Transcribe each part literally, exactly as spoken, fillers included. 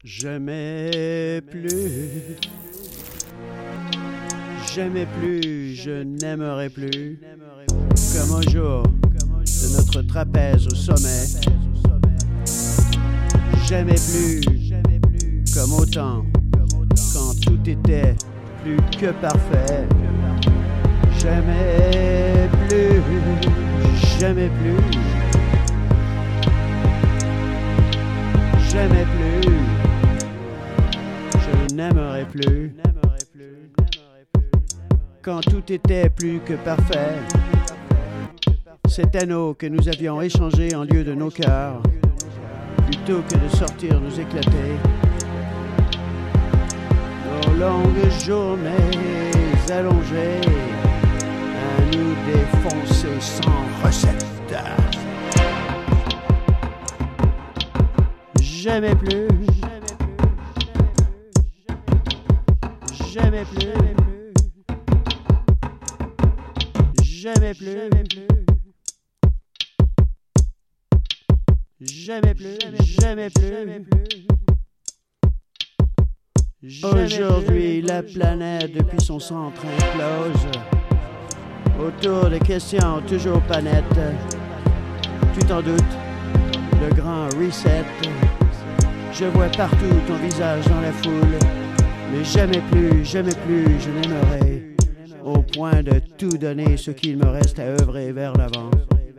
Jamais plus, jamais plus, je n'aimerai plus, comme un jour de notre trapèze au sommet. Jamais plus, comme autant, quand tout était plus que parfait. Jamais plus, jamais plus, jamais plus. Je n'aimerai plus quand tout était plus que parfait. Cet anneau que nous avions échangé en lieu de nos cœurs, plutôt que de sortir nous éclater. Nos longues journées allongées à nous défoncer sans recette. Jamais plus. Jamais plus, jamais plus, jamais plus, jamais plus. Aujourd'hui, la planète depuis son centre implose autour de questions toujours pas nettes. Tu t'en doutes, le grand reset. Je vois partout ton visage dans la foule. Mais jamais plus, jamais plus je n'aimerai, au point de tout donner ce qu'il me reste à œuvrer vers l'avant.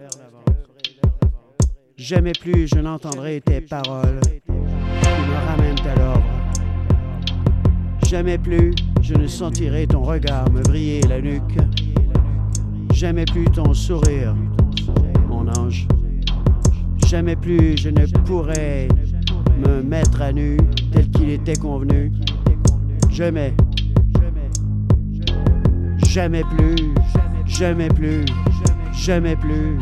Jamais plus je n'entendrai tes paroles qui me ramènent à l'ordre. Jamais plus je ne sentirai ton regard me vriller la nuque. Jamais plus ton sourire, mon ange. Jamais plus je ne pourrai me mettre à nu tel qu'il était convenu. Jamais, jamais plus, jamais plus, jamais plus.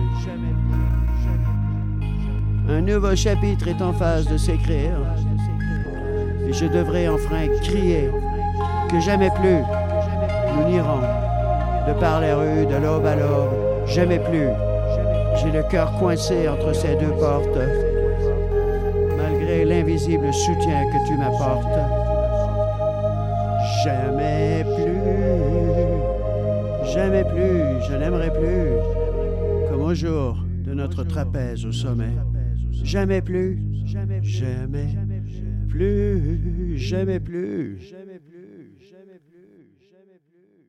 Un nouveau chapitre est en phase de s'écrire et je devrais enfin crier que jamais plus nous n'irons de par les rues de l'aube à l'aube. Jamais plus. J'ai le cœur coincé entre ces deux portes malgré l'invisible soutien que tu m'apportes. Jamais plus, jamais plus, je n'aimerai plus, comme au jour de notre trapèze au sommet. Jamais plus, jamais plus, jamais plus.